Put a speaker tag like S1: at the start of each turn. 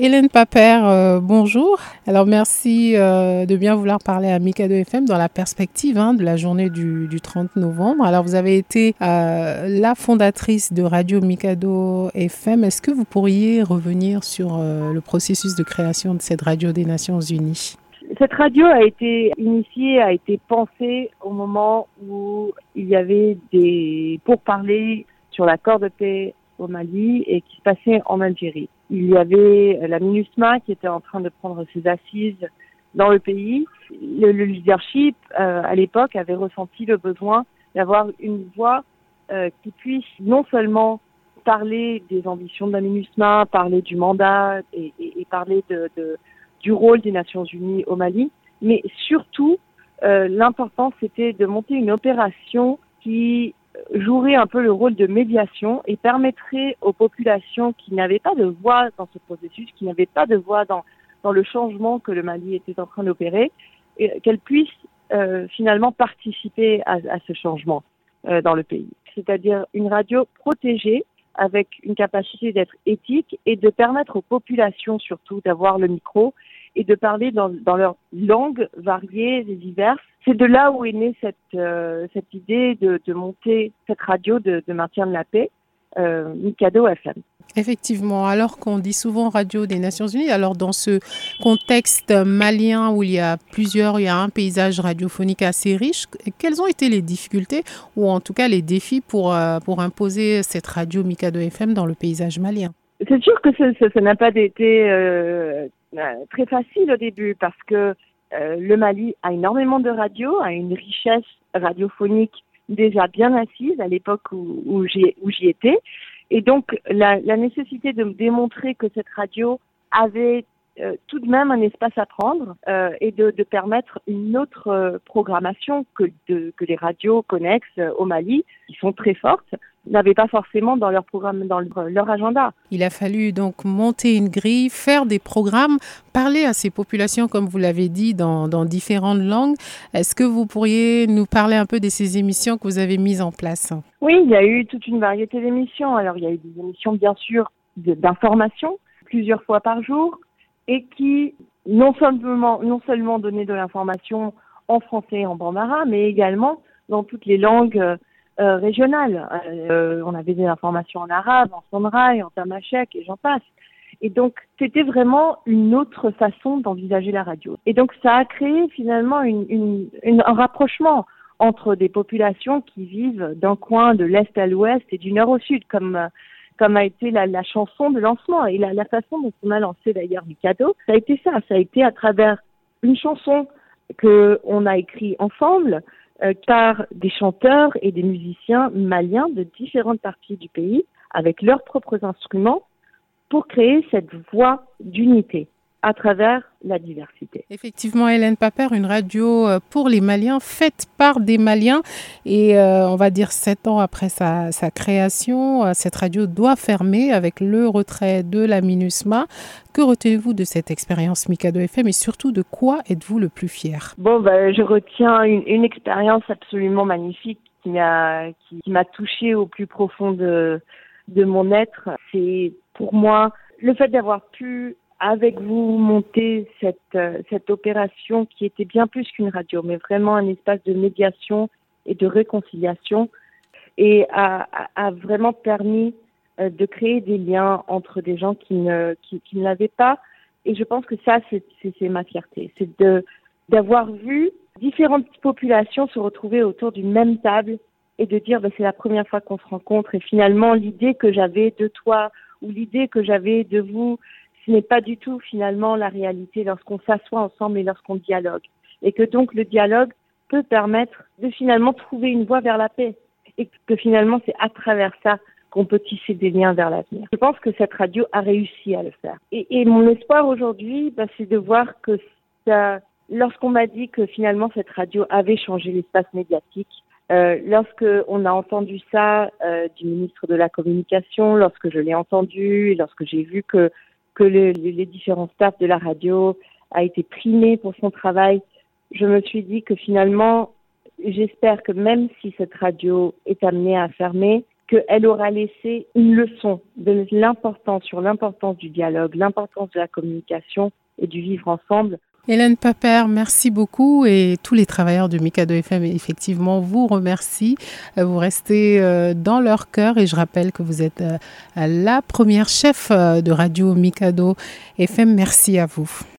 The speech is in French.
S1: Hélène Papert, bonjour. Alors merci de bien vouloir parler à Mikado FM dans la perspective de la journée du 30 novembre. Alors vous avez été la fondatrice de Radio Mikado FM. Est-ce que vous pourriez revenir sur le processus de création de cette radio des Nations Unies ?
S2: Cette radio a été initiée, a été pensée au moment où il y avait des pourparlers sur l'accord de paix au Mali et qui se passait en Algérie. Il y avait la MINUSMA qui était en train de prendre ses assises dans le pays. Le leadership, à l'époque, avait ressenti le besoin d'avoir une voix qui puisse non seulement parler des ambitions de la MINUSMA, parler du mandat et parler du rôle des Nations Unies au Mali, mais surtout, l'important, c'était de monter une opération qui jouerait un peu le rôle de médiation et permettrait aux populations qui n'avaient pas de voix dans ce processus, qui n'avaient pas de voix dans le changement que le Mali était en train d'opérer, qu'elles puissent finalement participer à ce changement dans le pays. C'est-à-dire une radio protégée avec une capacité d'être éthique et de permettre aux populations surtout d'avoir le micro et de parler dans leur langue variée et diverses. C'est de là où est née cette idée de monter cette radio de maintien de la paix, Mikado FM.
S1: Effectivement, alors qu'on dit souvent Radio des Nations Unies, alors dans ce contexte malien où il y a un paysage radiophonique assez riche, quelles ont été les difficultés ou en tout cas les défis pour imposer cette radio Mikado FM dans le paysage malien ?
S2: C'est sûr que ça n'a pas été très facile au début parce que le Mali a énormément de radios, a une richesse radiophonique déjà bien assise à l'époque où j'y étais. Et donc, la nécessité de me démontrer que cette radio avait tout de même un espace à prendre et de permettre une autre programmation que les radios connexes au Mali, qui sont très fortes, n'avaient pas forcément dans leur programme, dans leur agenda.
S1: Il a fallu donc monter une grille, faire des programmes, parler à ces populations, comme vous l'avez dit, dans différentes langues. Est-ce que vous pourriez nous parler un peu de ces émissions que vous avez mises en place ?
S2: Oui, il y a eu toute une variété d'émissions. Alors, il y a eu des émissions, bien sûr, d'information, plusieurs fois par jour, et qui non seulement donnaient de l'information en français et en bambara, mais également dans toutes les langues régionales. On avait des informations en arabe, en sandraï, en tamashek, et j'en passe. Et donc, c'était vraiment une autre façon d'envisager la radio. Et donc, ça a créé finalement un rapprochement entre des populations qui vivent d'un coin de l'Est à l'Ouest et du Nord au Sud, comme a été la chanson de lancement. Et la façon dont on a lancé d'ailleurs Mikado, ça a été ça. Ça a été à travers une chanson qu'on a écrite ensemble par des chanteurs et des musiciens maliens de différentes parties du pays, avec leurs propres instruments, pour créer cette voix d'unité à travers la diversité.
S1: Effectivement, Hélène Papert, une radio pour les Maliens, faite par des Maliens. Et on va dire 7 ans après sa création, cette radio doit fermer avec le retrait de la MINUSMA. Que retenez-vous de cette expérience Mikado FM et surtout de quoi êtes-vous le plus fier ?
S2: Je retiens une expérience absolument magnifique qui m'a touchée au plus profond de mon être. C'est pour moi le fait d'avoir pu avec vous monter cette opération qui était bien plus qu'une radio, mais vraiment un espace de médiation et de réconciliation, et a vraiment permis de créer des liens entre des gens qui ne l'avaient pas. Et je pense que ça, c'est ma fierté. C'est d'avoir vu différentes populations se retrouver autour d'une même table et de dire c'est la première fois qu'on se rencontre, et finalement l'idée que j'avais de toi ou l'idée que j'avais de vous, ce n'est pas du tout finalement la réalité lorsqu'on s'assoit ensemble et lorsqu'on dialogue. Et que donc le dialogue peut permettre de finalement trouver une voie vers la paix. Et que finalement c'est à travers ça qu'on peut tisser des liens vers l'avenir. Je pense que cette radio a réussi à le faire. Et mon espoir aujourd'hui, c'est de voir que ça, lorsqu'on m'a dit que finalement cette radio avait changé l'espace médiatique, lorsque on a entendu ça du ministre de la Communication, lorsque je l'ai entendu, lorsque j'ai vu que les différents staffs de la radio a été primé pour son travail, je me suis dit que finalement, j'espère que même si cette radio est amenée à fermer, qu'elle aura laissé une leçon de l'importance du dialogue, l'importance de la communication et du vivre ensemble.
S1: Hélène Papert, merci beaucoup et tous les travailleurs de Mikado FM effectivement vous remercient. Vous restez dans leur cœur et je rappelle que vous êtes la première chef de radio Mikado FM. Merci à vous.